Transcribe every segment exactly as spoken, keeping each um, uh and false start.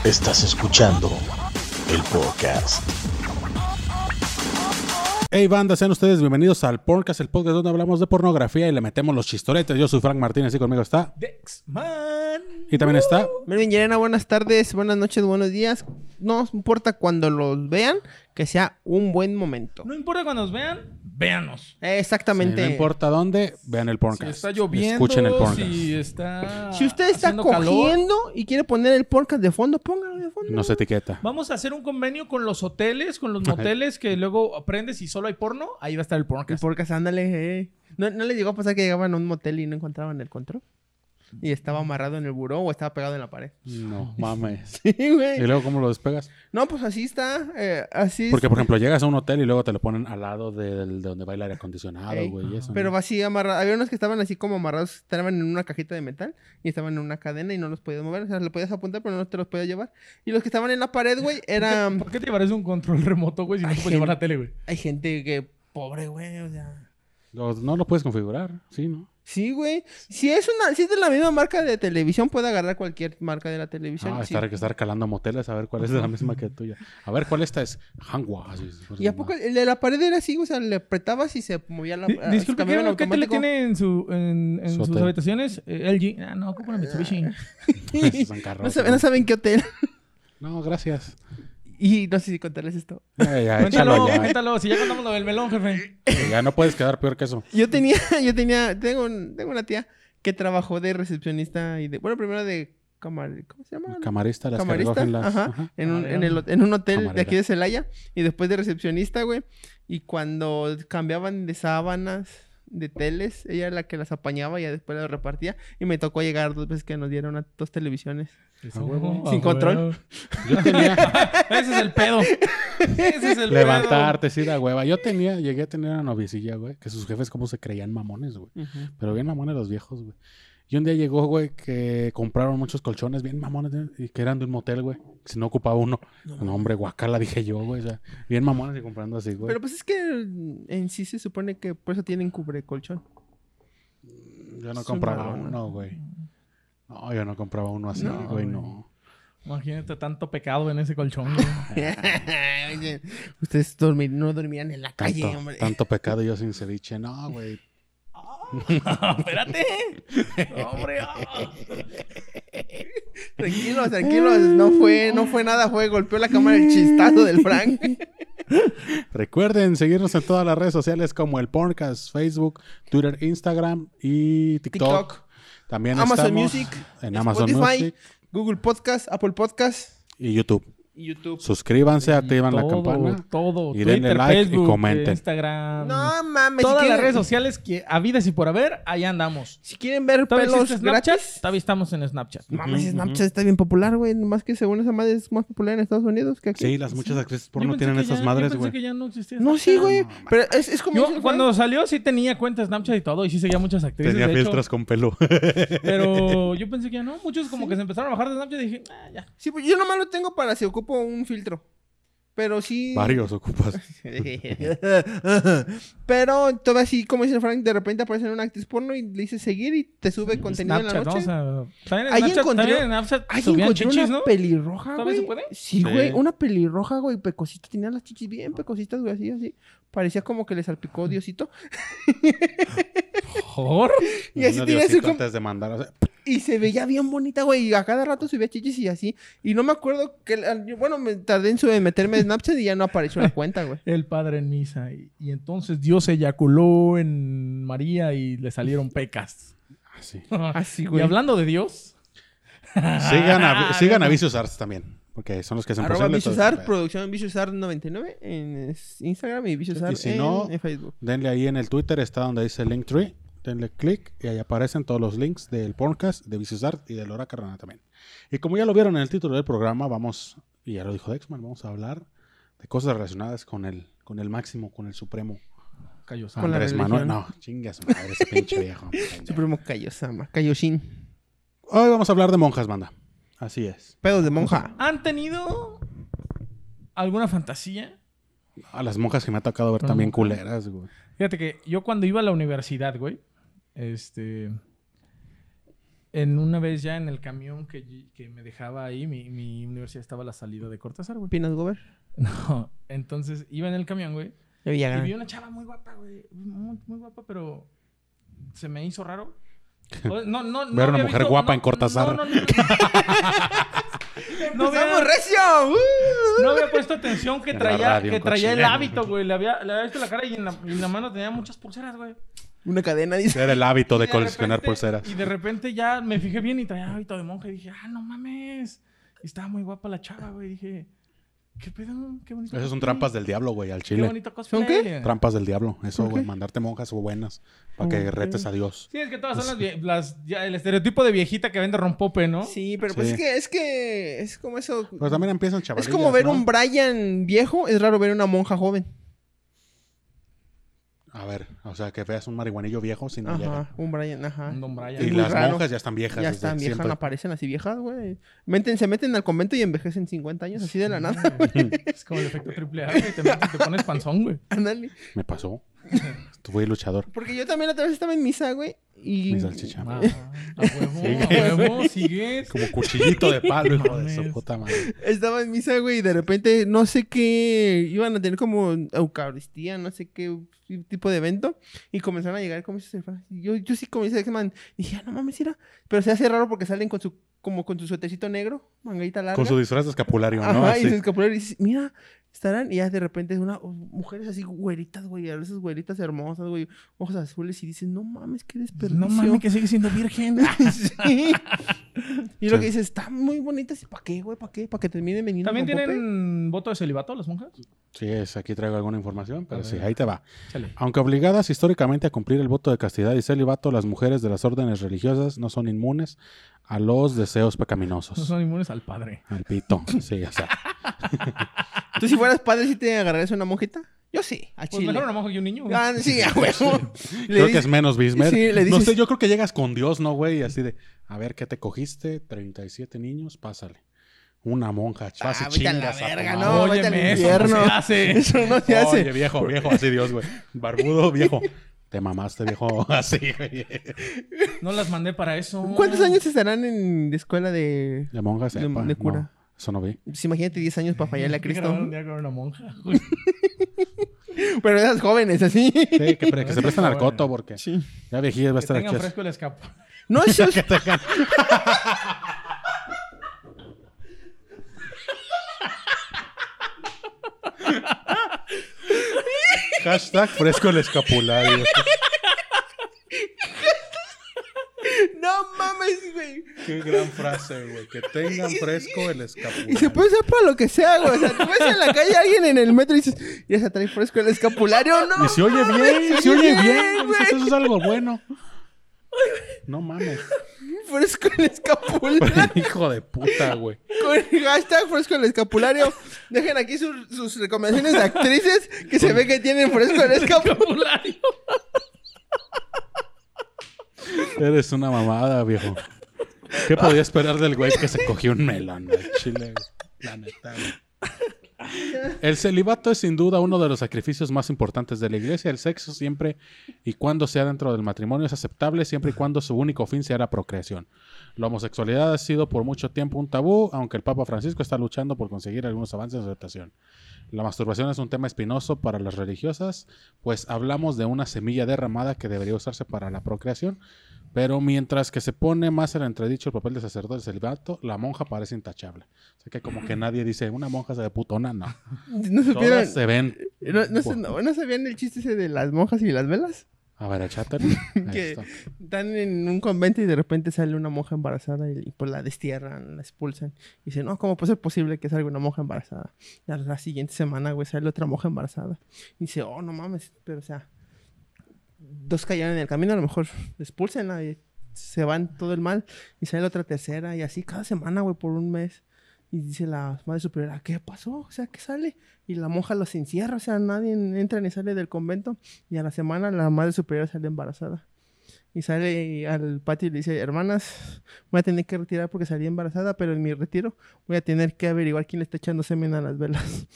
Estás escuchando el podcast. Hey banda, sean ustedes bienvenidos al Porncast, el podcast donde hablamos de pornografía y le metemos los chistoretes. Yo soy Frank Martínez y conmigo está Dexman. Y también está Melvin Llerena, buenas tardes, buenas noches, buenos días. No importa cuando los vean, que sea un buen momento. No importa cuando nos vean, véanos. Eh, Exactamente. Sí, no importa dónde, vean el Si Porncast. está lloviendo, Escuchen el Porncast. si está Si usted está haciendo cogiendo calor, y quiere poner el podcast de fondo, póngalo de fondo. Nos etiqueta. vamos a hacer un convenio con los hoteles, con los moteles que luego aprendes y solo hay porno. Ahí va a estar el El Porncast. podcast, ándale. Eh. ¿No, ¿No les llegó a pasar que llegaban a un motel y no encontraban el control? Y estaba amarrado en el buró o estaba pegado en la pared. No mames. Sí, ¿Y güey. luego cómo lo despegas? No, pues así está. Eh, así es. Porque, por ejemplo, llegas a un hotel y luego te lo ponen al lado de, de donde va el aire acondicionado, Ey, güey. y eso, Pero ¿no? así amarrados. Había unos que estaban así como amarrados, estaban en una cajita de metal y estaban en una cadena y no los podías mover. O sea, le podías apuntar, pero no te los podías llevar. Y los que estaban en la pared, güey, eran. ¿Por qué te llevarás un control remoto, güey, si no Ay, te puedes llevar la tele, güey? Hay gente que pobre, güey, o sea. Lo- no lo puedes configurar, sí, ¿no? Sí, güey. Si es una, si es de la misma marca de televisión, puede agarrar cualquier marca de la televisión. Ah, sí. estar, que estar calando moteles a ver cuál es de la misma que tuya. A ver, ¿cuál esta es? Hanwha. así es, Y a poco el de la pared era así, o sea, le apretabas y se movía la. Di- ah, Disculpe, cambiaba en ¿qué, ¿qué tele automático. tiene en, su, en, en Su sus hotel. habitaciones? Eh, L G. Ah, no, ocupa una Mitsubishi. Son carros, No saben, no saben qué hotel. No, gracias. Y no sé si contarles esto. Ya, ya, Cuéntalo, échalo ya. cuéntalo. Si ya contamos lo del melón, jefe. Ya no puedes quedar peor que eso. Yo tenía, yo tenía, tengo, un- tengo una tía que trabajó de recepcionista y de, bueno, primero de camar, ¿cómo se llama? Camarista, las que Camarista, recogen las... ajá, ajá. En, un, en, Camarera. el, en un hotel de Camarera. aquí de Celaya y después de recepcionista, güey. Y cuando cambiaban de sábanas, de teles, ella era la que las apañaba y ya después las repartía. Y me tocó llegar dos veces que nos dieron a dos televisiones. A huevo. Sin a control. huevo. Yo tenía... Ese es el pedo. Ese es el Levantarte, sí, la hueva. Yo tenía, llegué a tener una novicilla, güey, que sus jefes como se creían mamones, güey. Pero bien mamones los viejos, güey. Y un día llegó, güey, que compraron muchos colchones bien mamones, ¿eh? Y que eran de un motel, güey. Si no ocupaba uno. No, hombre, guacala, dije yo, güey. O sea, bien mamones y comprando así, güey. Pero pues es que en sí se supone que por eso tienen cubre colchón. Yo no es compraba una lona. uno, güey. No, yo no compraba uno así, No, güey, güey. no. Imagínate tanto pecado en ese colchón, güey. Oye, ustedes dormir, no dormían en la calle, Tanto, hombre. tanto pecado y yo sin ceviche. No, güey. Espérate. Hombre. ah. Tranquilos, tranquilos. No fue, no fue nada, fue golpeó la cámara el chistazo del Frank. Recuerden seguirnos en todas las redes sociales como el Porncast, Facebook, Twitter, Instagram y TikTok. TikTok. También Amazon estamos Music, en Amazon Spotify, Music Google Podcast, Apple Podcast y YouTube. y YouTube. Suscríbanse, activan la Todo, campana. Todo. y denle Twitter, like y Facebook, comenten. Instagram. No mames, Todas si las quieren, redes sociales que habidas y por haber, ahí andamos. si quieren ver ¿Todavía pelos existe Snapchat? gratis. Todavía estamos en Snapchat. Mames, Ujú, Snapchat ujú. está bien popular, güey. Más que según esa madre es más popular en Estados Unidos que aquí. Sí, las muchas actrices Yo porno pensé tienen que esas ya- madres, Yo güey. pensé que ya no existía No, Snapchat. sí, güey. Pero es, es como... dice Yo el cuando Frank. salió sí tenía cuenta de Snapchat y todo, y sí seguía muchas actrices. Tenía de hecho. filtros con pelo. Pero yo pensé que ya no. Muchos como que se empezaron a bajar de Snapchat y dije, ah, ya. Sí, pues yo nomás lo tengo para si ocupo un filtro. Pero sí... Varios ocupas. Pero todo así, como dice el Frank, de repente aparece una actriz porno y le dices seguir y te sube contenido en la Snapchat, noche. ¿no? O sea, también en Ahí Snapchat, encontré- también en Snapchat Ahí subían encontré chichis, una ¿no? pelirroja, ¿Todavía güey. se puede? Sí, Sí. güey. Una pelirroja, güey, pecosita. Tenía las chichis bien pecositas, güey, así, así. Parecía como que le salpicó Diosito. ¿Por? Y así Uno tenía su... Diosito com- antes de mandar. o sea, Y se veía bien bonita, güey. Y a cada rato subía chichis y así. Y no me acuerdo que... yo- Bueno, me tardé en, su- en meterme en Snapchat y ya no apareció la cuenta, güey. El padre en misa. Y, y entonces Dios eyaculó en María y le salieron pecas. así. Así, Y güey. hablando de Dios. Sigan a, Ah, sigan a no. Vicious Arts también. Porque son los que hacen Arroba posible todo Vicious Art, este pedo. producción Vicious Art noventa y nueve en es- Instagram y Vicious Y Art si en, no, en Facebook. Denle ahí en el Twitter, está donde dice Linktree. Denle clic y ahí aparecen todos los links del Porncast, de Vicious Art y de Laura Carrana también. Y como ya lo vieron en el título del programa, vamos, y ya lo dijo Dexman, vamos a hablar de cosas relacionadas con el, con el máximo, con el supremo. Callosa. Con la Andrés religión. Manuel. No, chinga su madre, ese pinche viejo. Supremo Kaiosama. Kaioshin. Hoy vamos a hablar de monjas, banda. Así es. Pedos de monja. ¿Han tenido alguna fantasía? A las monjas que me ha tocado ver Con también monjas. culeras, güey. Fíjate que yo cuando iba a la universidad, güey, este... En una vez ya en el camión que, que me dejaba ahí, mi, mi universidad estaba a la salida de Cortázar, güey. ¿Pinas Gober? No, entonces iba en el camión, güey. De Y Villagrán. vi una chava muy guapa, güey. Muy, muy guapa, pero se me hizo raro. O- No, no, no Ver a una había mujer visto- guapa no, en Cortázar. No, no, no. No había, ¡Empezamos recio! ¡Uh! no había puesto atención que En la traía, radio, que un traía el cochinero. hábito, güey. Le había, le había visto la cara y en la, y en la mano tenía muchas pulseras, güey. Una cadena, dice. Era el hábito de Y coleccionar repente- pulseras. Y de repente ya me fijé bien y traía hábito de monja. Y dije, ah, no mames. Y estaba muy guapa la chava, güey. Dije, ¿qué pedo? Qué bonito. Esas son cosplay. trampas del diablo, güey, al Qué chile. bonito cosplay. ¿Son qué? Trampas del diablo. Eso, ¿Por güey. qué? Mandarte monjas buenas para que Ok. retes a Dios. Sí, es que todas son las, vie- las ya, el estereotipo de viejita que vende rompope, ¿no? Sí, pero pues Sí. es que es que es como eso. Pero también empiezan Es chavalillas, como ver ¿no? un Brian viejo, es raro ver una monja joven. A ver, o sea, que veas un marihuanillo viejo sin llega. Ajá, un Brian, ajá. Un Don Brian. Y Es muy las raro. monjas ya están viejas. Ya desde están viejas, siempre. aparecen así viejas, güey. Meten, se meten al convento y envejecen cincuenta años así de la nada. Es como el efecto triple A, güey. Te, metes, te pones panzón, güey. Ándale. Me pasó. Fui luchador. Porque yo también otra vez estaba en misa, güey. Y Mi salchicha. Ah, a huevo, a huevo, sigues. Como cuchillito de palo, hijo de su Mames. puta madre. estaba en misa, güey, y de repente no sé qué iban a tener como Eucaristía, no sé qué tipo de evento. Y comenzaron a llegar como esos hermanos. Y yo, yo sí comencé a decir, man, dije, ah, no mames, era. Pero se hace raro porque salen con su, como con su suétercito negro, manguita larga. Con su disfraz de escapulario, ¿no? Ajá, y Así. su escapulario y dices, mira, estarán, y ya de repente una mujeres así güeritas, güey, a esas güeritas hermosas, güey, ojos azules, y dices, no mames, qué desperdicio. No mames, que sigue siendo virgen. Sí. Y lo Sí. que dices, están muy bonitas, ¿y para qué, güey? ¿Para qué? ¿Para que terminen veniendo ¿También con Pope? tienen voto de celibato las monjas? Sí, es, aquí traigo alguna información, pero A sí, ver. ahí te va. Chale. Aunque obligadas históricamente a cumplir el voto de castidad y celibato, las mujeres de las órdenes religiosas no son inmunes a los deseos pecaminosos. No son inmunes al padre. Al pito, sí, o sea. ¿Tú si fueras padre, sí te agarrarías una monjita? Yo sí, al Pues chile. mejor una monja que un niño. güey. Ah, sí, a huevo. Le Creo que dices- es menos Bismer. Sí, le No dices- sé, yo creo que llegas con Dios, ¿no, güey? Y así de, a ver, ¿qué te cogiste? treinta y siete niños, pásale. Una monja, Ah, vas y vete a la chingas a tu verga, madre. no, vete al Óyeme, eso infierno. no se hace. Eso no se hace. Oye, viejo, viejo, así Dios, güey. Barbudo, viejo. Te mamaste, viejo, así, güey. No las mandé para eso. ¿Cuántos años estarán en la escuela de...? De monja, De- sepa, de cura. no, eso no vi. Pues imagínate diez años para fallarle a Quiero grabar un Cristo. día con una monja. güey. Pero esas jóvenes, así. Sí, que, pre- que se Sí, presten al está coto bueno. porque Sí. ya viejillas va a Que estar tengan aquí. fresco el escapo. No, eso es... Hashtag fresco el escapulario. No mames, güey. Qué gran frase, güey. Que tengan fresco el Y escapulario. se puede usar para lo que sea, güey. O sea, tú ves en la calle a alguien en el metro y dices, ya se trae fresco el escapulario, ¿no? Y se oye mames, bien, se oye bien. güey. Dices, eso es algo bueno. No mames. Fresco el escapulario. Hijo de puta, güey. Con el hashtag fresco el escapulario. Dejen aquí sus, sus recomendaciones de actrices que se ve que tienen fresco el escapulario. Eres una mamada, viejo. ¿Qué podía esperar del güey que se cogió un melón al chile, güey? La neta, güey. El celibato es sin duda uno de los sacrificios más importantes de la iglesia. El sexo siempre y cuando sea dentro del matrimonio es aceptable, siempre y cuando su único fin sea la procreación. La homosexualidad ha sido por mucho tiempo un tabú, aunque el Papa Francisco está luchando por conseguir algunos avances de aceptación. La masturbación es un tema espinoso para las religiosas, pues hablamos de una semilla derramada que debería usarse para la procreación, pero mientras que se pone más en entredicho el papel de sacerdote del celibato, la monja parece intachable. O sea que como que nadie dice, una monja se ve putona, no. ¿No supieron? Todas se ven. ¿No, no, se- no- ¿no sabían el chiste ese de las monjas y las velas? A ver, échate. Que están en un convento y de repente sale una monja embarazada y pues la destierran, la expulsan. Y dicen, no, ¿cómo puede ser posible que salga una monja embarazada? Y a la siguiente semana, güey, sale otra monja embarazada. Y dice, oh, no mames, pero o sea, dos cayeron en el camino, a lo mejor expulsenla y se van todo el mal. Y sale otra tercera y así cada semana, güey, por un mes. Y dice la madre superiora, ¿qué pasó? O sea, ¿qué sale? Y la monja los encierra, o sea, nadie entra ni sale del convento. Y a la semana la madre superiora sale embarazada. Y sale al patio y le dice, hermanas, voy a tener que retirar porque salí embarazada, pero en mi retiro voy a tener que averiguar quién le está echando semen a las velas.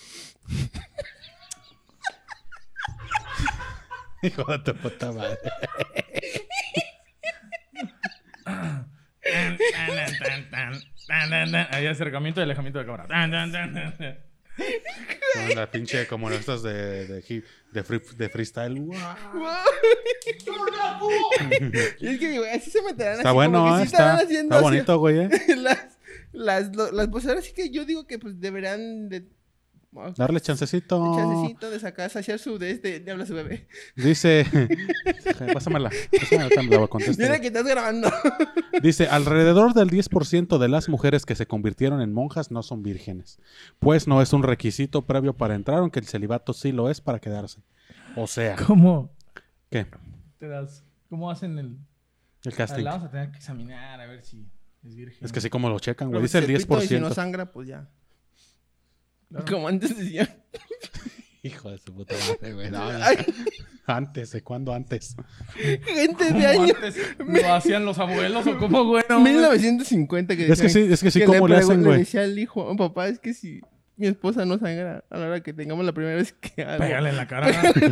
Hijo de tu puta madre. Tan, tan, tan, tan, tan, tan. Ahí acercamiento y alejamiento de cámara. Tan, tan, tan, tan. Con la pinche, como estas de, de, hip- de, free- de freestyle. ¡Guau! Y es que, güey, así se meterán. Está así, bueno, como que ¿eh? sí estarán está, haciendo está así- bonito, güey. ¿eh? las, las, lo- las voceras sí que yo digo que pues deberán de... Darle chancecito. de chancecito de sacar, saciar su de este, de habla su bebé. Dice. Pásamela. Pásamela, te la contesto. Mira que estás grabando. Dice, alrededor del diez por ciento de las mujeres que se convirtieron en monjas no son vírgenes, pues no es un requisito previo para entrar, aunque el celibato sí lo es para quedarse. O sea, ¿Cómo ¿qué? te das? ¿Cómo hacen el...? El casting. La vamos a tener que examinar a ver si es virgen. Es que sí, como lo checan, güey. Pero Dice el si diez por pito y si no ciento. sangra, pues ya. Claro. Como antes decían. Hijo de su puta madre, güey. No, no. Ay, Antes, ¿de cuándo antes? gente de ¿Cómo años. antes lo hacían los abuelos o cómo, güey? No, mil novecientos cincuenta que Es que sí, es que sí, que ¿cómo le pregu- hacen, Le güey? decía al hijo, "Oh, papá, es que si mi esposa no sangra a la hora que tengamos la primera vez que hago". Pégale en la cara.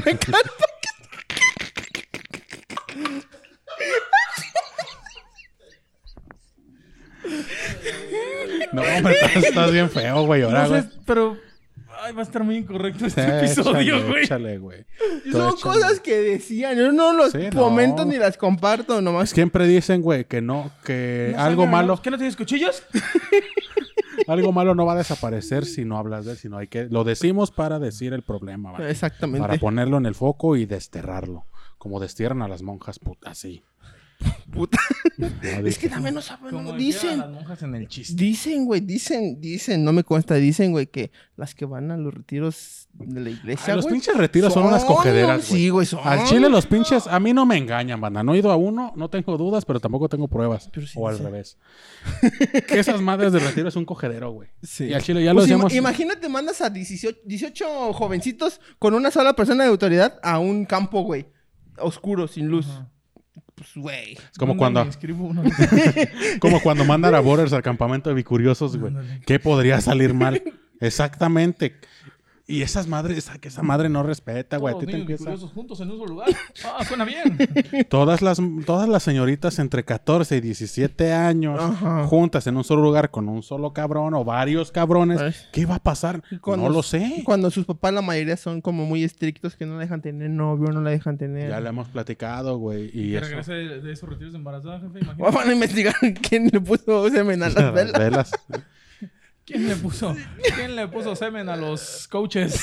No, hombre, estás, estás bien feo, güey. Ahora, No güey. sé, pero... Ay, va a estar muy incorrecto este Eh, episodio, échale, güey. échale, güey. Y Tú son échale. cosas que decían. Yo no los Sí, no. comento ni las comparto, nomás. Siempre dicen, güey, que no, que No algo sangra, malo, ¿no? ¿Qué no tienes cuchillos? algo malo no va a desaparecer si no hablas de él, sino hay que, lo decimos para decir el problema, ¿vale? Exactamente. Para ponerlo en el foco y desterrarlo, como destierran a las monjas, puta, así. Puta. No, Es dije, que también no saben. Como no, dicen dicen. las monjas en el chiste. Dicen, güey, dicen, dicen, no me consta, dicen, güey, que las que van a los retiros de la iglesia, "Ay, los güey, pinches retiros son unas cogederas, güey. Sí, güey, son. Al chile los pinches, a mí no me engañan, banda. No he ido a uno, no tengo dudas, pero tampoco tengo pruebas. Pero sí o al dice. revés. Que esas madres de retiro es un cogedero, güey. Sí. Y al chile ya lo Pues ima- decíamos. imagínate, mandas a dieciocho, dieciocho jovencitos con una sola persona de autoridad a un campo, güey, oscuro, sin luz. Ajá. Pues, güey. Es como ¿Dónde cuando, me inscribo? Uno? como cuando mandan a Borders al campamento de bicuriosos, güey. Ándale. ¿Qué podría salir mal? Exactamente. Y esas madres, esa, que esa madre no respeta, güey. A Todos ti te niños empieza... curiosos juntos en un solo lugar. Ah, suena bien. Todas las, todas las señoritas entre catorce y diecisiete años Ajá. juntas en un solo lugar con un solo cabrón o varios cabrones. Ay. ¿Qué va a pasar? Cuando- No lo sé. Cuando sus papás, la mayoría son como muy estrictos, que no la dejan tener novio, no la dejan tener. Ya le hemos platicado, güey. Y Que eso. regrese de, de esos retiros de embarazada, jefe. Imagínate. Van a investigar quién le puso semen a las Las velas. velas. ¿Quién le puso? ¿Quién le puso semen a los coaches?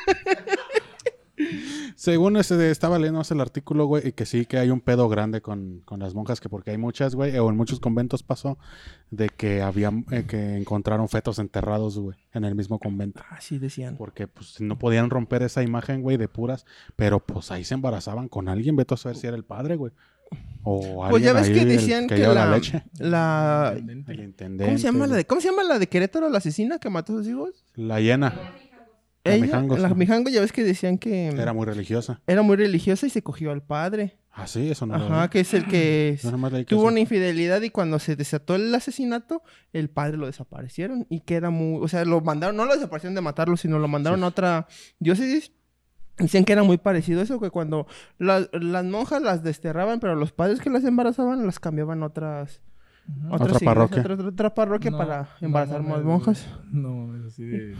Según ese, estaba leyendo el artículo, güey, y que sí que hay un pedo grande con, con las monjas, que porque hay muchas, güey, o en muchos conventos pasó, de que había, eh, que encontraron fetos enterrados, güey, en el mismo convento. Así decían. Porque, pues, no podían romper esa imagen, güey, de puras, pero, pues, ahí se embarazaban con alguien, vete a saber si era el padre, güey. O Pues ya alguien ves ahí, que el decían que, lleva la, la leche. la... Intendente. El intendente. ¿Cómo se llama la güey. de, ¿Cómo se llama la de Querétaro, la asesina que mató a sus hijos? La hiena. La Ella, Mijangos, la ¿no? Mijango, ya ves que decían que Era muy religiosa. era muy religiosa y se cogió al padre. Ah, sí, eso no lo Ajá, vi. que es el que Yo nomás leí que tuvo eso- una infidelidad y cuando se desató el asesinato, el padre lo desaparecieron y que era muy, o sea, lo mandaron, no lo desaparecieron de matarlo, sino lo mandaron Sí. a otra diócesis. Dicen que era muy parecido eso, que cuando la- las monjas las desterraban, pero los padres que las embarazaban las cambiaban a otras, Ujú. otras Otra iglesias, parroquia. Otra, otra parroquia No, para no embarazar más mames, monjas. güey. No mames, así de...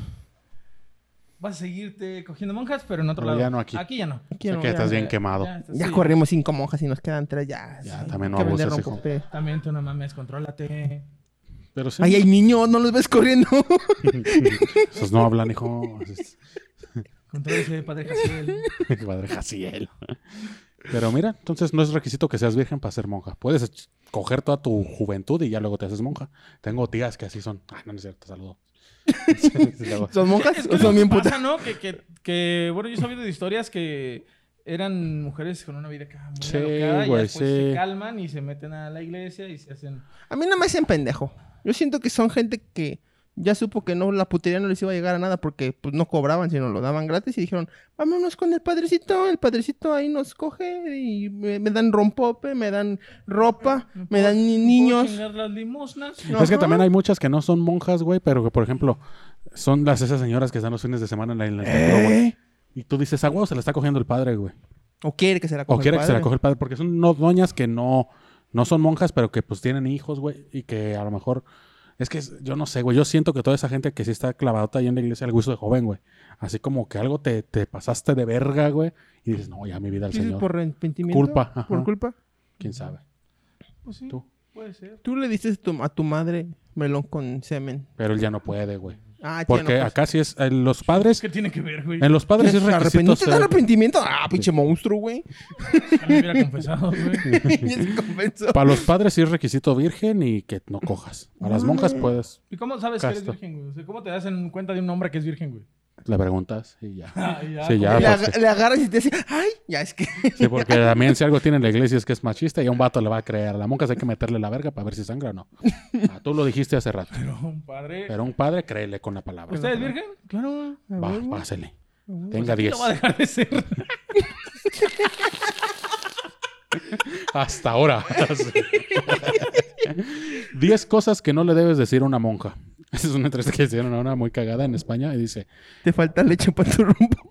Vas a seguirte cogiendo monjas, pero en otro Pero lado. ya no aquí. Aquí ya no. Aquí Sé no, que ya, estás bien Ya- quemado. ya estás- ya sí. corrimos cinco monjas y nos quedan tres, ya. Ya, sí. también no Hay que abuses, vender hijo. rompope. También tú no mames, contrólate. Pero sí. Ahí hay niños, no los ves corriendo. Esos no hablan, hijo. Es- Contrólese, padre Jaciel. Padre Jaciel. Pero mira, entonces no es requisito que seas virgen para ser monja. Puedes ech- coger toda tu juventud y ya luego te haces monja. Tengo tías que así son. Ay, no, no es cierto, saludo. Luego- ¿Son monjas Es que o lo son que bien pasa, putas? ¿no? Que, que, que, bueno, yo he sabido de historias que eran mujeres con una vida acá muy Sí, alocada y güey, después sí. se calman y se meten a la iglesia y se hacen... A mí no me hacen pendejo. Yo siento que son gente que ya supo que no, la putería no les iba a llegar a nada porque pues no cobraban, sino lo daban gratis y dijeron, vámonos con el padrecito, el padrecito ahí nos coge y me, me dan rompope, me dan ropa, me puedo- dan ni- ¿me puedo niños. chingar las limosnas? Es que Ajá. también hay muchas que no son monjas, güey, pero que, por ejemplo, son las esas señoras que están los fines de semana en la, en la templo, güey. ¿Eh? Y tú dices, ah, güey, se la está cogiendo el padre, güey. O quiere que se la O coja quiere el que se la padre. coja el padre, porque son no, doñas que no, no son monjas, pero que pues tienen hijos, güey, y que a lo mejor... Es que es- yo no sé, güey. Yo siento que toda esa gente que sí está clavadota ahí en la iglesia al gusto de joven, güey. Así como que algo te, te pasaste de verga, güey. Y dices, no, ya mi vida al ¿Dices Señor. por arrepentimiento? Culpa, ajá. ¿Por culpa? ¿Quién sabe? Pues sí, Tú. puede ser. Tú le diste a tu, a tu madre melón con semen. Pero él ya no puede, güey. Ah, Porque tío, no, acá sí es... En los padres... ¿Qué tiene que ver, güey? En los padres sí es pues, requisito ¿No te da ser- arrepentimiento? Ah, pinche monstruo, güey. Ya me hubiera confesado, güey. Ya se compensó. Para los padres sí es requisito virgen y que no cojas. Para las monjas puedes... ¿Y cómo sabes que eres Casto. virgen, güey? O sea, ¿cómo te das en cuenta de un hombre que es virgen, güey? Le preguntas y ya. Ah, ya, Sí, como- ya. le, pues, ag- sí. le agarras y te dice, ay, ya es que... Sí, porque también si algo tiene en la iglesia es que es machista y a un vato le va a creer. A la monja hay que meterle la verga para ver si sangra o no. Ah, tú lo dijiste hace rato. Pero, un padre... Pero un padre, créele con la palabra. ¿Usted es virgen? Claro. Va, pásele. Tenga Aquí diez. no va a dejar de ser. Hasta ahora. diez cosas que no le debes decir a una monja. Esa es una entrevista que hicieron a una muy cagada en España y dice... Te falta leche para tu rumbo.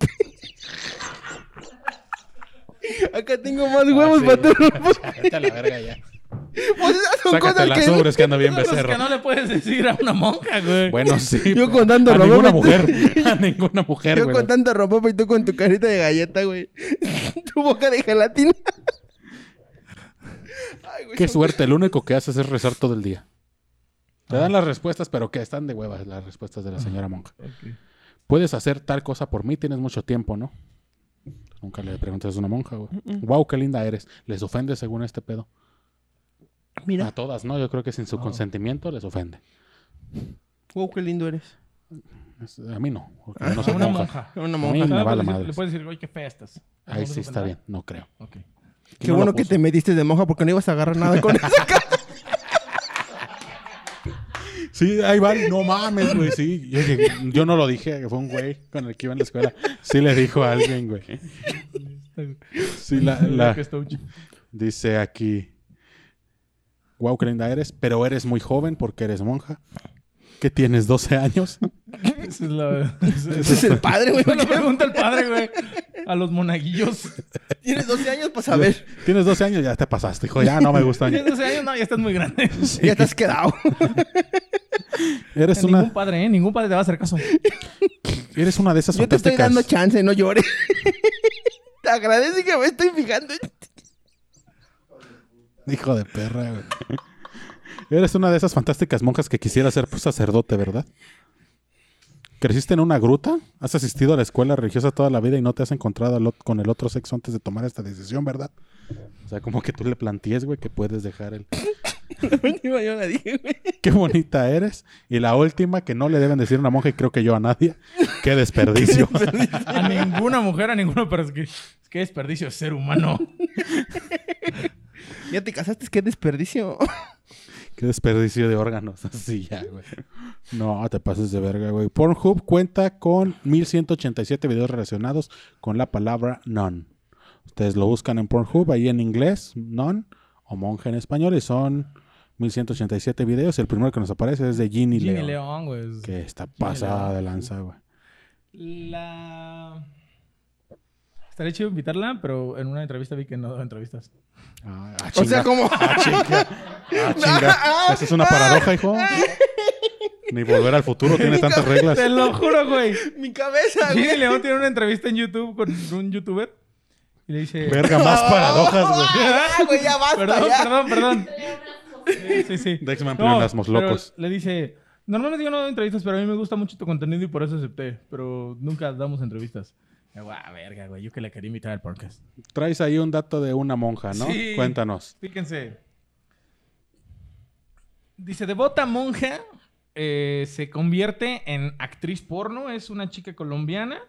Acá tengo más huevos "Ah, sí, para tu rumbo. vete a la verga ya. Pues esas son Sácate cosas las que... ubres que anda bien Son cosas becerro. que no le puedes decir a una monja, güey. Bueno, sí. Yo pero contando a robo, ninguna güey. mujer. A ninguna mujer, Yo güey. con tanta ropa y tú con tu carita de galleta, güey. Tu boca de gelatina. Ay, güey, Qué son- suerte. Lo único que haces es rezar todo el día. Te dan las respuestas, pero que están de huevas las respuestas de la señora monja. Ok. Puedes hacer tal cosa por mí, tienes mucho tiempo, ¿no? Nunca le preguntas a una monja, güey. Wow, qué linda eres. Les ofende según este pedo. Mira, A todas, ¿no? Yo creo que sin su Oh. consentimiento les ofende. wow, qué lindo eres. Es- A mí no, porque Ah, yo no A soy una monja. monja. Una A monja. mí O sea, me le vale puedes decir- madres. Le puedes decir, oye, qué fe estás. Ahí ¿No sí se está ofenderá? bien, no creo. Ok. Qué No la bueno que puso. te metiste de monja porque no ibas a agarrar nada con esa cara. Sí, ahí va. No mames, güey, sí. Yo, llegué- yo no lo dije, que fue un güey con el que iba en la escuela. Sí le dijo a alguien, güey. Sí, la, la- Que está un ch- dice aquí. Wow, qué linda eres, pero eres muy joven porque eres monja. ¿Qué tienes, doce años? Esa es la... Ese es el padre, güey. Esa es la pregunta el padre, güey. A los monaguillos. Tienes doce años para saber. Tienes doce años, ya te pasaste, hijo. Ya no me gustan. ¿Tienes doce años? No, ya estás muy grande. Sí. Ya te has quedado. Eres Ningún una, padre, ¿eh? Ningún padre te va a hacer caso. eres una de esas Yo te estoy fantásticas. dando chance, no llores. Te agradece que me estoy fijando en ti. Hijo de perra, güey. Eres una de esas fantásticas monjas que quisiera ser sacerdote, ¿verdad? ¿Creciste en una gruta? ¿Has asistido a la escuela religiosa toda la vida y no te has encontrado al ot- con el otro sexo antes de tomar esta decisión, verdad? O sea, como que tú le plantees, güey, que puedes dejar el... La última yo la dije, güey. Qué bonita eres. Y la última, que no le deben decir a una monja y creo que yo a nadie. Qué desperdicio. A ninguna mujer, a ninguna... Pero es que... Es que desperdicio de ser humano. Ya te casaste, qué desperdicio. Qué desperdicio de órganos. Así ya, güey. No, te pases de verga, güey. Pornhub cuenta con mil ciento ochenta y siete videos relacionados con la palabra non. Ustedes lo buscan en Pornhub, ahí en inglés, non, o monja en español, y son mil ciento ochenta y siete videos. El primero que nos aparece es de Ginny, Ginny León. León, güey. Que está pasada León. de lanza, güey. La... Estaría chido invitarla, pero en una entrevista vi que no daba entrevistas. Ah, ah, O sea, chinga. como... Ah, chinga. Ah, chinga. Esa es una paradoja, hijo. Ni volver al futuro tiene tantas reglas. Te lo juro, güey. Mi cabeza, güey. Ginny León tiene una entrevista en YouTube con un youtuber. Y le dice... Verga, más paradojas, güey. Ah, güey, ya basta, Perdón, ya. perdón, perdón. Sí, sí, sí. Dexman No, pleonasmos pero locos. le dice... Normalmente yo no doy entrevistas, pero a mí me gusta mucho tu contenido y por eso acepté. Pero nunca damos entrevistas. Y digo, ah, verga, güey. Yo que le quería invitar al podcast. Traes ahí un dato de una monja, ¿no? Sí. Cuéntanos. Fíjense. Dice, devota monja eh, se convierte en actriz porno. Es una chica colombiana.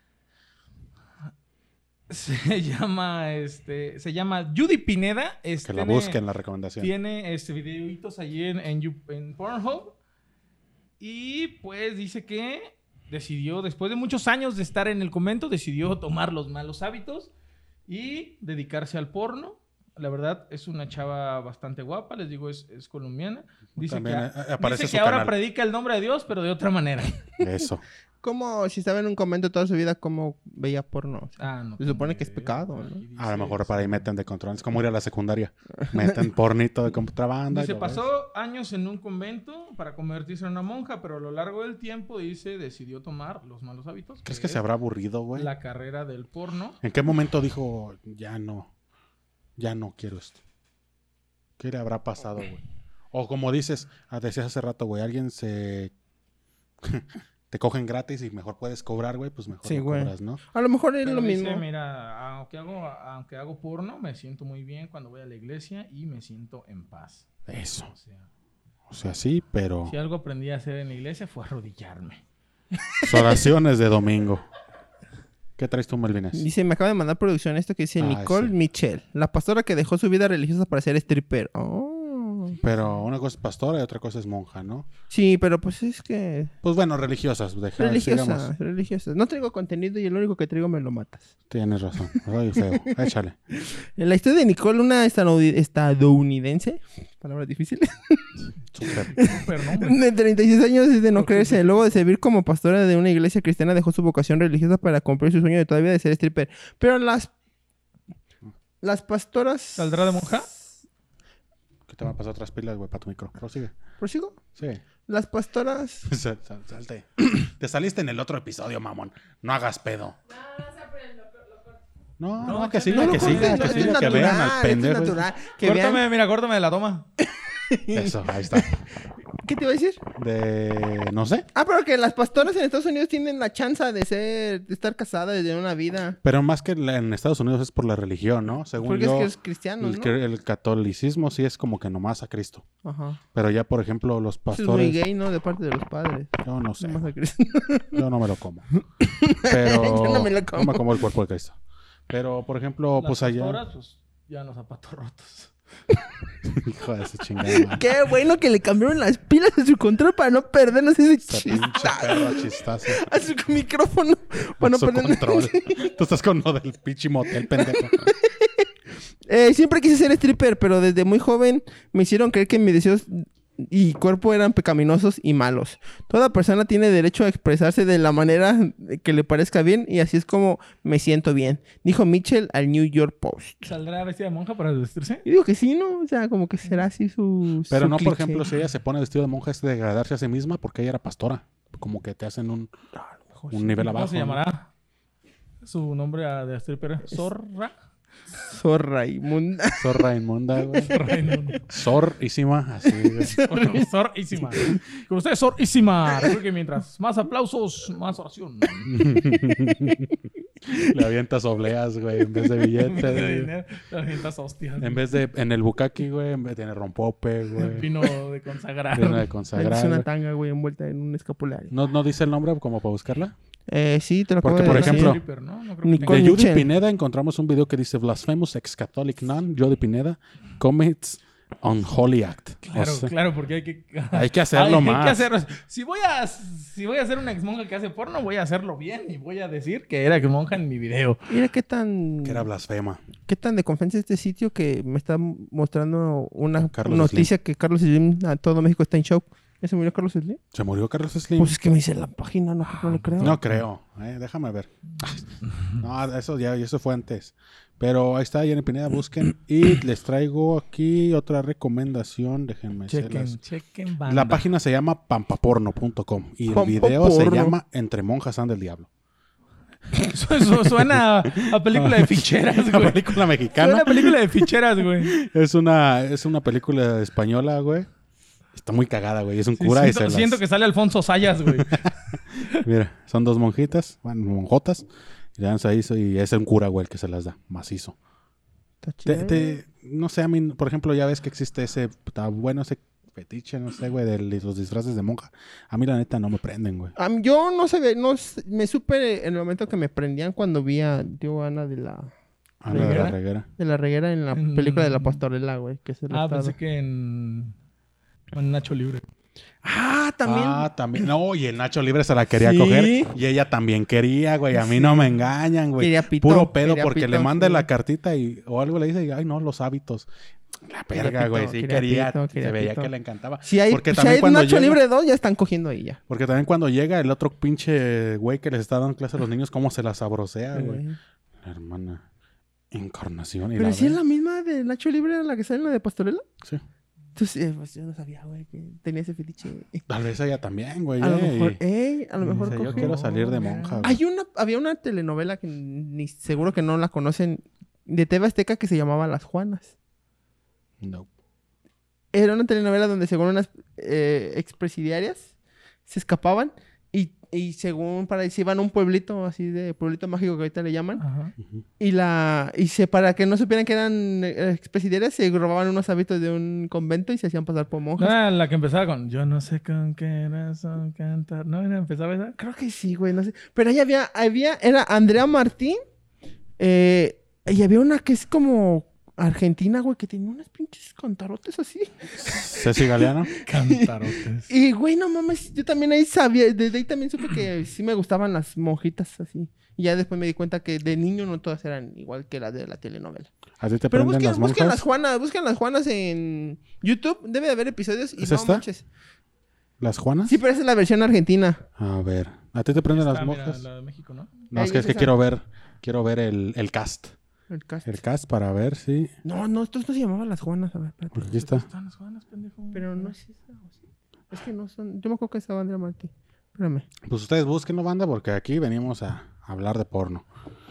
Se llama, este, se llama Judy Pineda. Es- Que la tiene- busquen la recomendación. Tiene este, videitos allí en, en, You- en Pornhub. Y pues dice que decidió, después de muchos años de estar en el convento, decidió tomar los malos hábitos y dedicarse al porno. La verdad, es una chava bastante guapa, les digo, es, es colombiana. Dice También, que, eh, aparece dice su que ahora canal. predica el nombre de Dios, pero de otra manera. Eso. ¿Cómo, si estaba en un convento toda su vida, cómo veía porno? Ah, no. Se supone que es tengo pecado, idea. ¿no? Aquí A lo dice, mejor para ahí meten de control. Es como ir a la secundaria. Meten pornito de contrabanda. y Dice, lo ves. pasó años en un convento para convertirse en una monja, pero a lo largo del tiempo, dice, decidió tomar los malos hábitos. ¿Crees que es se habrá aburrido, güey? La carrera del porno. ¿En qué momento dijo, ya no, ya no quiero esto? ¿Qué le habrá pasado, güey? O como dices, ah, decías hace rato, güey, alguien se... te cogen gratis y mejor puedes cobrar, güey, pues mejor Sí, lo güey. cobras, ¿no? A lo mejor es Pero lo dice, mismo. mira, aunque hago, aunque hago porno, me siento muy bien cuando voy a la iglesia y me siento en paz. Eso. O sea, O sea, sí, pero... si algo aprendí a hacer en la iglesia fue arrodillarme. Oraciones de domingo. ¿Qué traes tú, Melvines? Dice, me acaba de mandar producción esto que dice Ah, Nicole sí. Michel, la pastora que dejó su vida religiosa para ser stripper. Oh. Pero una cosa es pastora y otra cosa es monja, ¿no? Sí, pero pues es que... Pues bueno, religiosas. Deja, Religiosas, sigamos. religiosas. No traigo contenido y el único que traigo me lo matas. Tienes razón. Soy feo. Échale. En la historia de Nicole, una estadounid- estadounidense, palabras difíciles, Súper. Pero no, hombre. de treinta y seis años y de no creerse. Luego de servir como pastora de una iglesia cristiana, dejó su vocación religiosa para cumplir su sueño de toda vida de ser stripper. Pero las... Las pastoras... ¿Saldrá de monja? Que te van a pasar otras pilas, güey, para tu micro. Prosigue. ¿Prosigo? Sí. Las pastoras... Sal- sal- salte. Te saliste en el otro episodio, mamón. No hagas pedo. No, no, No, que que siga, no, que no, siga, no, que no, siga, es que vean al es pendejo. natural. Que Córtame, vean... mira, córtame la toma. Eso, ahí está. ¿Qué te iba a decir? De... no sé. Ah, pero que las pastoras en Estados Unidos tienen la chance de ser... de estar casadas desde una vida. Pero más que la- en Estados Unidos es por la religión, ¿no? Según Porque yo, es que es cristiano, el, ¿no? que- el catolicismo sí es como que nomás a Cristo. Ajá. Pero ya, por ejemplo, los Eso es muy pastores... gay, ¿no? De parte de los padres. Yo no sé. Nomás a Cristo. Yo no me lo como. Pero... Yo no me lo como. No me como el cuerpo de Cristo. Pero, por ejemplo, Las pues allá... pastoras, pues, ya los zapatos rotos. Hijo de esa chingada. madre. Qué bueno que le cambiaron las pilas a su control para no perdernos ese Esa pinche chistazo. perro chistazo. A su micrófono para no Su perdernos. control. Tú estás con lo del pinche motel, pendejo. Eh, siempre quise ser stripper, pero desde muy joven me hicieron creer que mis deseos y cuerpo eran pecaminosos y malos. Toda persona tiene derecho a expresarse de la manera que le parezca bien y así es como me siento bien, dijo Mitchell al New York Post. ¿Saldrá vestida de monja para vestirse? Yo digo que sí, ¿no? O sea, como que será así su... Pero su no, por cliché. ejemplo, si ella se pone vestido de monja es degradarse a sí misma porque ella era pastora. Como que te hacen un, Ah, a lo mejor un sí. nivel ¿Cómo abajo. se ¿no? llamará? Su nombre a- de stripper. ¿Zorra? Zorra inmunda. Zorra inmunda, güey. Raimundo. Zorrísima, así, güey. Zorrísima. Con ustedes, Zorrísima. Recuerden que mientras más aplausos, más oración. Le avientas obleas, güey, en vez de billetes. De güey. dinero, las avientas hostias. En vez de, en el bukkake, güey, en vez de rompope, güey. Vino de consagrar. Vino de Es consagrar. una güey. tanga, güey, envuelta en un escapulario. ¿No, ¿No dice el nombre como para buscarla? Eh, sí, te lo acabo Porque, de por decir. ejemplo, Stripper, ¿no? No creo que Nicole De tenga- Judy Mitchell. Pineda encontramos un video que dice Blasphemous ex-Catholic nun, Judy Pineda, commits unholy act. O Claro, sea, claro, porque hay que... hay que hacerlo Hay que más. hacerlo. Si voy a si voy a ser una ex monja que hace porno, voy a hacerlo bien y voy a decir que era ex monja en mi video. Mira qué tan... Que era blasfema. qué tan de confianza este sitio que me está mostrando una Carlos noticia que Carlos Slim a todo México está en shock. ¿Ya se murió Carlos Slim? ¿Se murió Carlos Slim? Pues es que me dice la página, no, no le creo. No creo. eh, déjame ver. No, eso ya eso fue antes. Pero ahí está, Jenny Pineda, busquen. Y les traigo aquí otra recomendación. Déjenme Chequen, hacerlas. chequen, banda. La página se llama pampaporno punto com y el Pampaporno. video se llama Entre monjas anda el diablo. Eso, eso suena a película de ficheras, Una güey. película Suena mexicana. a película de ficheras, güey. Es una, es una película española, güey. Está muy cagada, güey. Es un Sí, cura y siento, se las... siento que sale Alfonso Sayas, güey. Mira, son dos monjitas, bueno, monjotas. Y le dan ahí y es un cura, güey, el que se las da. Macizo. Está Te, chido. te- no sé, a mí, por ejemplo, ya ves que existe ese... Está bueno ese fetiche, no sé, güey, de los disfraces de monja. A mí, la neta, no me prenden, güey. A mí- yo no sabía, no, s- me supe en el momento que me prendían cuando vi a tío Ana de la, Ana de la ¿Reguera? reguera. de la reguera en la Mm. película de la pastorela, güey. Que es el Ah, estado. pensé que en... en Nacho Libre. Ah, también. Ah, también. No, y el Nacho Libre se la quería Sí. coger. Y ella también quería, güey. A mí no me engañan, güey. Quería pito, Puro pedo quería porque pito, le manda sí. la cartita y o algo le dice y, ay, no, los hábitos. La Quería verga, pito, güey. Sí, quería quería. pito, se quería veía pito. que le encantaba. Si hay, Porque si también hay cuando Nacho llega- Libre dos, ya están cogiendo ahí ya. Porque también cuando llega el otro pinche güey que les está dando clase a los niños, cómo se la sabrosea, güey. Eh. La hermana Encarnación. Y Pero la si es ve- la misma de Nacho Libre, la que sale en la de Pastorela. Sí. Entonces, eh, pues yo no sabía, güey, que tenía ese fetiche. Tal vez ella también, güey. A lo eh, mejor, y- ey, a lo y mejor dice, yo coge. quiero salir de monja, güey. Hay una, había una telenovela que ni seguro que no la conocen, de T V Azteca, que se llamaba Las Juanas. No. Era una telenovela donde según unas eh, expresidiarias se escapaban y, y según para se iban a un pueblito así de pueblito mágico que ahorita le llaman. Ajá. Ujú. Y la y se para que no supieran que eran eh, expresidiarias se robaban unos hábitos de un convento y se hacían pasar por No monjas. era la que empezaba con yo no sé con qué razón cantar. ¿No era? ¿Empezaba esa? Creo que sí, güey, no sé. Pero ahí había, había, era Andrea Martín. Eh, y había una que es como argentina, güey, que tenía unas pinches cantarotes así. Ceci Galeano. Cantarotes. Y, güey, no mames, yo también ahí sabía, desde ahí también supe que sí me gustaban las monjitas así. Y ya después me di cuenta que de niño no todas eran igual que las de la telenovela. ¿A ti te Pero prenden busquen, las busquen monjas? las Juanas, busquen las Juanas en YouTube. Debe de haber episodios y ¿Es no esta? manches. ¿Las Juanas? Sí, pero esa es la versión argentina. A ver. ¿A ti te prenden las Está, mira, monjas? la de México, ¿no? No, es Ahí que es es que esa. quiero ver. Quiero ver el, el cast. El cast. El cast para ver si... No, no, esto no se llamaba las Juanas. A ver, espérate. Porque aquí está. Están las Juanas, pendejo. Pero no es esa. ¿o sí? Es que no son. Yo me acuerdo que estaba Andrea Martín. Espérame. Pues ustedes búsquenlo, banda, porque aquí venimos a hablar de porno.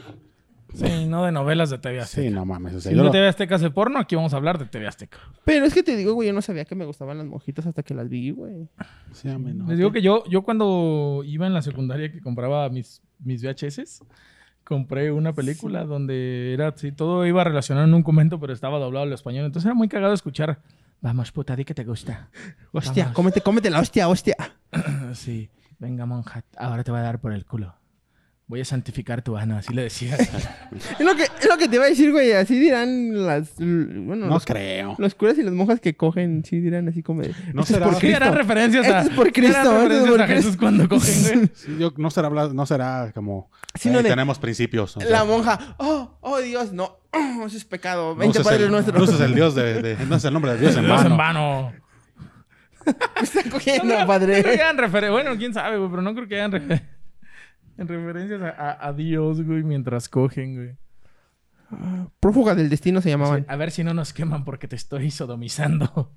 Sí, no de novelas de T V Azteca. Sí, no mames. O sea, Si yo no lo- T V Azteca hace porno, aquí vamos a hablar de T V Azteca. Pero es que te digo, güey, yo no sabía que me gustaban las monjitas hasta que las vi, güey. Sí, a mí no. Les digo que yo, yo cuando iba en la secundaria que compraba mis, mis V H S, compré una película donde era así, todo iba relacionado en un convento, pero estaba doblado al español. Entonces era muy cagado escuchar. Vamos, puta, di que te gusta. Hostia, Vamos. cómete, cómete la hostia, hostia. Sí, venga, monja, ahora te voy a dar por el culo. Voy a santificar tu ano, así le decías. Es lo que, es lo que te iba a decir, güey. Así dirán las. l- Bueno, No los, creo. los curas y las monjas que cogen, sí dirán así como de. No "Esto es será- por ¿Qué ¿Qué Cristo". eran referencias a, Esto es por ¿qué eran Cristo, esto es referencias por a Jesús Cristo. cuando cogen, güey? Sí, yo, no, será, habla- no será como... Sino "Ey, de- tenemos principios. o sea, La monja, oh, oh Dios, no, eso es pecado. no Veinte uses padres el, nuestros. no uses el Dios de, de- no es el nombre de Dios en Dios vano. en vano. Me están No, cogiendo, no, no creo padre. que hayan refer- Bueno, quién sabe, güey, pero no creo que hayan refer- en referencias a, a- a Dios, güey, mientras cogen, güey. Prófuga del destino se llamaban. A ver si no nos queman porque te estoy sodomizando.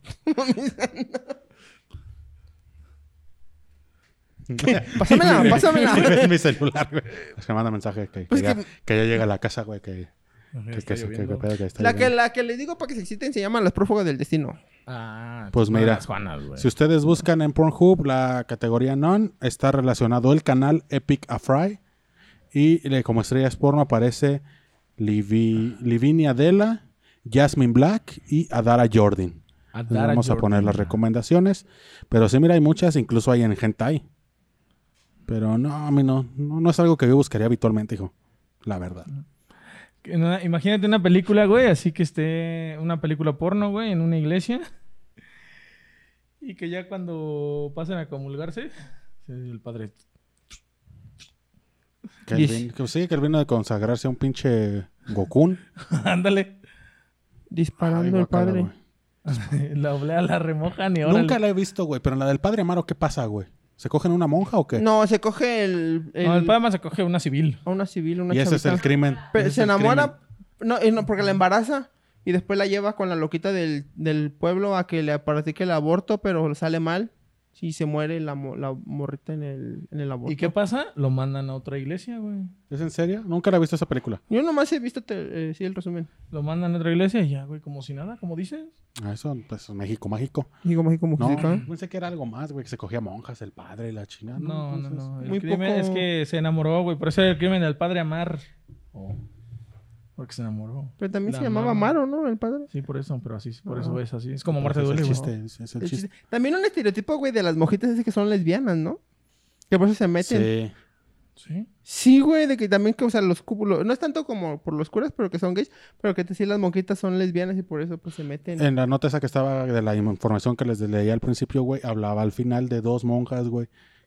Pásamela, pásamela. mi celular, güey. Es que me manda mensaje que, que, Pues ya, que- que ya llega a la casa, güey. Que, que, Está que, que, lloviendo. que pedo que está La que, lloviendo. la que les digo para que se exciten se llaman las prófugas del destino. Ah, Pues una de mira, las Juanas, güey. Si ustedes buscan en Pornhub la categoría Non, está relacionado el canal Epic Afry. Y le- como estrellas porno aparece Livi, Livinia Della, Jasmine Black y Adara Jordan. Les Adara vamos a poner Jordan. las recomendaciones. Pero sí, mira, hay muchas, incluso hay en hentai. Pero no, a mí no. No, no es algo que yo buscaría habitualmente, hijo. La verdad. Que una- Imagínate una película, güey, así que esté una película porno, güey, en una iglesia. Y que ya cuando pasen a comulgarse, el padre... Que, él Yes. vin- que sí, que él vino de consagrarse a un pinche Gokun. Ándale. Disparando Ay, el guácala, padre. güey. La oblea la remojan y ahora... Nunca la he visto, güey. Pero en la del Padre Amaro, ¿qué pasa, güey? ¿Se cogen una monja o qué? No, se coge el. el- No, el padre más se coge una civil. a una civil, una y ese es el chavita. crimen. Pero Ese se es el enamora. No, eh, no, porque la embaraza. Y después la lleva con la loquita del, del pueblo a que le practique el aborto, pero sale mal. Y se muere la, mo- la morrita en el, en el aborto. ¿Y qué pasa? Lo mandan a otra iglesia, güey. crimen. ¿Es en serio? Nunca la he visto esa película. Yo nomás he visto te- eh, sí, el resumen. Lo mandan a otra iglesia y ya, güey, como si nada, como dices. Ah, eso, pues, México mágico. Digo, mágico, No, música. pensé que era algo más, güey. Que se cogía monjas, el padre y la chingada. No, no, Entonces, no. El muy crimen poco- es que se enamoró, güey. Por eso era el crimen del padre Amar. Oh. Porque se enamoró. Pero también La se llamaba mamá. Amaro, ¿no? El padre. Sí, por eso, pero así, por Ah. eso es así. Es como muerte Es duele, el güey. chiste, es, es el El chiste. chiste. También un estereotipo, güey, de las mojitas es que son lesbianas, ¿no? Que por eso se meten. Sí. Sí. Sí, güey, de que también que, o sea, los cúpulos, no es tanto como por los curas, pero que son gays, pero que te sí las monjitas son lesbianas y por eso pues se meten. En la nota esa que estaba de la información que les leía al principio, güey, hablaba al final de dos monjas, güey,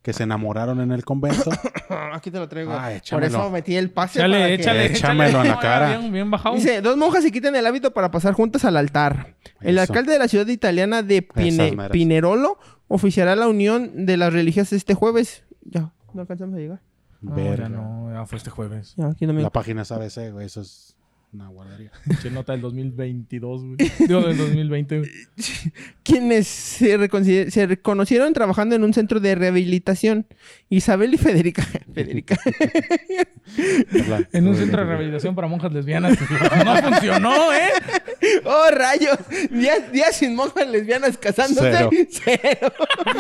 que se enamoraron en el convento. Aquí te lo traigo. Ah, Por échamelo. eso metí el pase. Échale, para que- échale, Échamelo échale. en la No, cara. Bien, bien bajado. Dice, dos monjas se quitan el hábito para pasar juntas al altar. El Eso. alcalde de la ciudad italiana de Pine- Esas meras. Pinerolo oficiará la unión de las religiosas este jueves. Ya, no alcanzamos a llegar. No, Verga. ya no, ya fue este jueves. Ya, aquí no me... La página es A B C, güey. Eso es una guardería. Che, nota del dos mil veintidós, güey. Digo, del dos mil veinte, güey. Quienes se, reconsider- se reconocieron trabajando en un centro de rehabilitación. Isabel y Federica. Federica. La- En un centro de rehabilitación para monjas lesbianas. No funcionó, ¿eh? ¡Oh, rayos! Días, días sin monjas lesbianas casándose. Cero. Cero.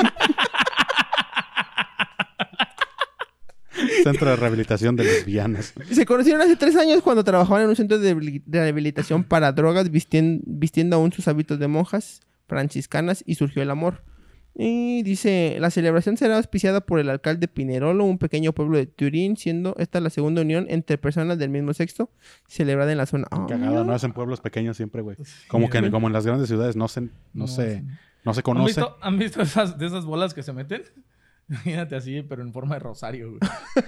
Centro de rehabilitación de lesbianas. Se conocieron hace tres años cuando trabajaban en un centro de rehabili- de rehabilitación para drogas, vistien- vistiendo aún sus hábitos de monjas franciscanas, y surgió el amor. Y dice, la celebración será auspiciada por el alcalde Pinerolo, un pequeño pueblo de Turín, siendo esta la segunda unión entre personas del mismo sexo celebrada en la zona. Ah, Cagado, ¿no? Es en pueblos pequeños siempre, güey. Como que güey. como en las grandes ciudades no se, no No, se, sí. no se ¿Han conoce. visto, ¿Han visto esas, de esas bolas que se meten? Imagínate así, pero en forma de rosario, güey.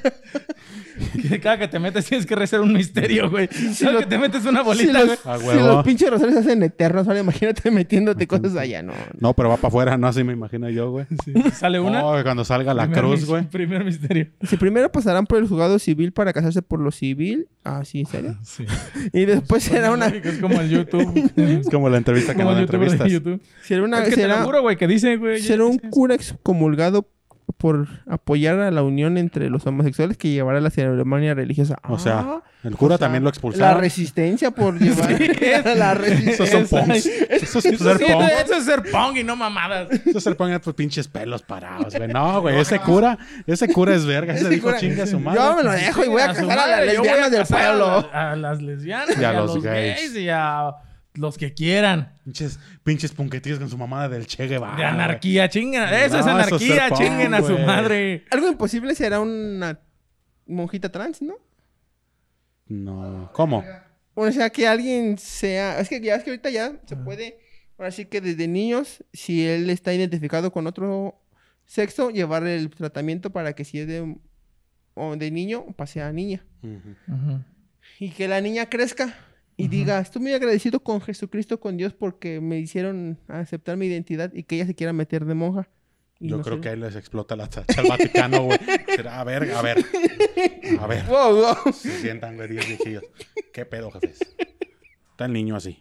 Que cada que te metes tienes que rezar un misterio, güey. Cada lo- que te metes una Si bolita, los, güey. Ah, si huevo. los pinches rosarios se hacen eternos, ahora imagínate metiéndote cosas allá, no. No, pero va para afuera, no así me imagino yo, güey. Sí, sale una. Oh, cuando salga la primer cruz, mis- güey. Primer misterio. Si primero pasarán por el juzgado civil para casarse por lo civil. Ah, sí, ¿en serio? Sí. Y después será una... Es como el YouTube. Es como la entrevista que como no el da youtuber de entrevistas. YouTube. Será una... Es que te será- lo juro, güey, que dice, güey. será un sí, cura excomulgado por apoyar a la unión entre los homosexuales que llevará a la ceremonia religiosa. O sea, Ah, el cura o sea, también lo la expulsaron. resistencia por llevar la Esos resistencia. son punks. Eso es Eso, ser sí, punk. eso es ser punk y no mamadas. Eso es ser punk, pues pinches pelos parados, güey. No, güey, ese cura, ese cura es verga. Ese Ese dijo cura- chinga a su madre. Yo me lo dejo y voy a su casar a las madre, yo voy lesbianas a del casar a pueblo. la- A, las lesbianas Y a los gays. y a los que quieran. Pinches, pinches punquetillos con su mamada del Che Guevara. De anarquía, chingan. Eso es No, eso es ser anarquía, punk, chinguen a su güey. madre. Algo imposible será una monjita trans, ¿no? güey. No. ¿Cómo? O sea, que alguien sea... Es que ya es que ahorita ya se puede... Ahora sí que desde niños, si él está identificado con otro sexo, llevarle el tratamiento para que si es de, o de niño, pase a niña. Ujú. Y que la niña crezca y diga, estoy muy agradecido con Jesucristo, con Dios, porque me hicieron aceptar mi identidad, y que ella se quiera meter de monja. Y Yo no creo sé. que ahí les explota la chacha al Vaticano, güey. Será, A ver, a ver. A ver. Wow, wow. Se sientan, güey, diez viejillos. ¿Qué pedo, jefes? Está el niño así,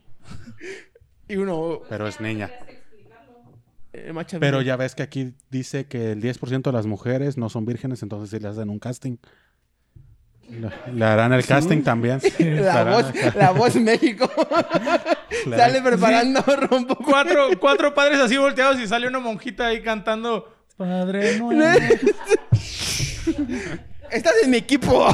Y uno... pero es niña. eh, macha Pero vida. ya ves que aquí dice que el diez por ciento de las mujeres no son vírgenes, entonces si le hacen un casting. Le, le harán el casting también. Le La harán voz, el- la voz México. le Sale harán- preparando rompo. Cuatro, cuatro padres así volteados y sale una monjita ahí cantando Padre Nuestro. Estás en mi equipo.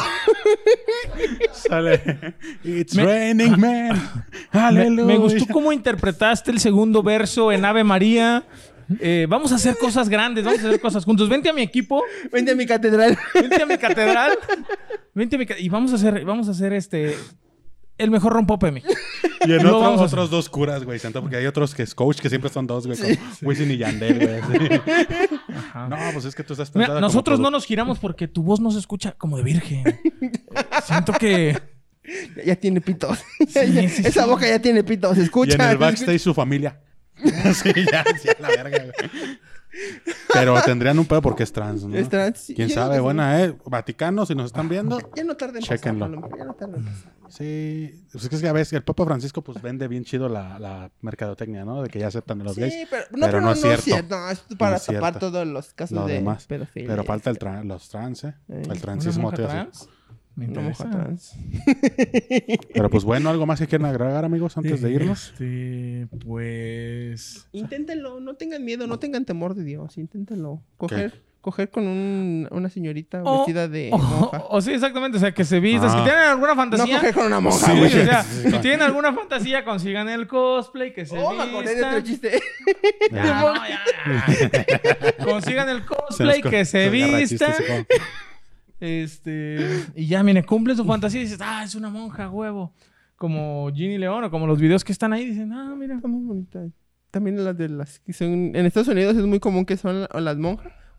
Sale. It's Me- raining man. Me, Aleluya. me gustó cómo interpretaste el segundo verso en Ave María. Eh, vamos a hacer cosas grandes, vamos a hacer cosas juntos. Vente a mi equipo, Vente a mi catedral. vente a mi catedral, vente a mi ca- y vamos a hacer, vamos a hacer este el mejor rompope de México. Y en Lo otro- vamos a otros dos curas, güey. Santo, porque hay otros que es coach, que siempre son dos, güey. Como Wisin y Yandel, güey. así. No, pues es que tú estás Mira, pensada nosotros como no nos giramos porque tu voz no se escucha como de virgen. Siento que Ya, ya tiene pitos. Ya- ya- sí, Esa sí. boca ya tiene pitos. Se Y escucha. en el se backstage su familia. Sí, ya, ya, la verga, güey. Pero tendrían un pedo porque es trans, ¿no? Es trans, sí, ¿Quién yo creo sabe? que sí. Buena, ¿eh? Vaticano, si nos están viendo. escucha. Ya no tarda en Chéquenlo. pasar. Palomo, Ya no tarda en pasar. Sí. Pues es que ya ves que el Papa Francisco pues vende bien chido la, la mercadotecnia, ¿no? De que ya aceptan a los gays. Sí, pero no, pero no es cierto. No, es para No es tapar cierto. todos los casos Lo de demás. pedofilia. Pero falta el tra- los trans, ¿eh? Eh, El ¿Una transismo. monja te iba a decir. trans? Me Una interesa. monja trans. Pero pues bueno, ¿algo más que quieran agregar, amigos, antes de irnos? Este, pues Inténtenlo, no tengan miedo, no tengan temor de Dios. Inténtenlo. Coger, coger con un- una señorita O- vestida de o, monja. o sí, exactamente, o sea, que se vistan, Ah. si tienen alguna No fantasía, coger con una monja, Sí, Sí, güey. o sea, sí, si claro. tienen alguna fantasía, consigan el cosplay, que se Oh, me acordé de otro vistan. chiste. Ya, no, ya, ya. Consigan el cosplay, que se vistan. Este, y ya, mire, cumplen su fantasía y dices, ah, es una monja, huevo. Como Ginny León o como los videos que están ahí, dicen, ah, mira. Está muy bonita. También las de las que son... En Estados Unidos es muy común que son la- las monjas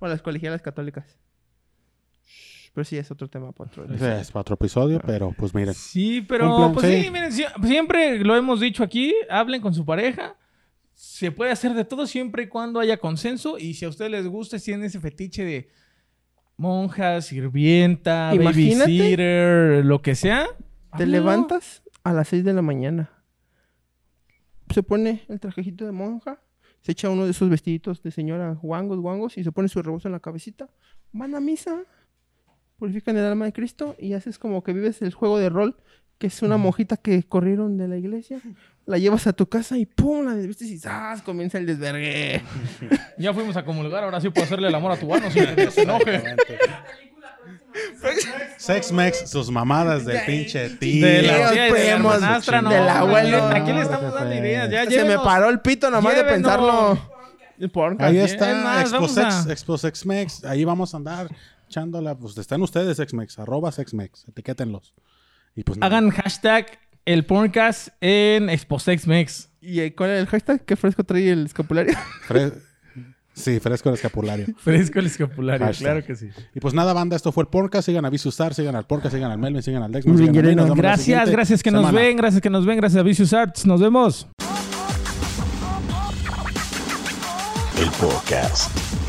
O las colegialas católicas. Pero sí, es otro tema para otro. Ese es para otro episodio, pero pues miren. Sí, pero Cumplan, pues sí. sí, miren, sie- siempre lo hemos dicho aquí, hablen con su pareja. Se puede hacer de todo siempre y cuando haya consenso. Y si a ustedes les gusta, si tienen ese fetiche de monja, sirvienta, Imagínate. babysitter, lo que sea. Te háblenlo. levantas a las seis de la mañana. Se pone el trajecito de monja. Se echa uno de esos vestiditos de señora guangos, guangos. Y se pone su rebozo en la cabecita. Van a misa. Purifican el alma de Cristo. Y haces como que vives el juego de rol. Que es una monjita que corrieron de la iglesia. La llevas a tu casa y ¡pum! La desvistes y ¡zas! Comienza el desvergue. Ya fuimos a comulgar, ahora sí puedo hacerle el amor a tu ano sin que se enoje. Sex Mex, sus mamadas del pinche tío. De la Tíos, tía y de la primos, hermanastra, no. del abuelo. Aquí le estamos No, dando qué ideas. Ya, Se me llévenos. paró el pito nomás de llévenos. pensarlo. El porca. Ahí Es está, más, Expo vamos Sex, a- Expo Sex Mex. Ahí vamos a andar echándola. Pues están ustedes, Sex Mex, arroba Sex Mex. Etiquétenlos. Y pues nada. Hagan hashtag el porncast en ExpoSexMex. ¿Y eh, cuál es el hashtag? ¿Qué fresco trae el escapulario? Fre- sí, fresco el escapulario. Fresco el escapulario, Hashtag. claro que sí. Y pues nada, banda, esto fue el podcast. Sigan a Viciusar, sigan al Podcast, sigan al Melvin, sigan al Dexman. Muy Sigan bien, a mí. Nos Yereno. vemos la Gracias, siguiente gracias que nos semana. ven, gracias que nos ven, gracias a Vicious Arts. Nos vemos. El podcast.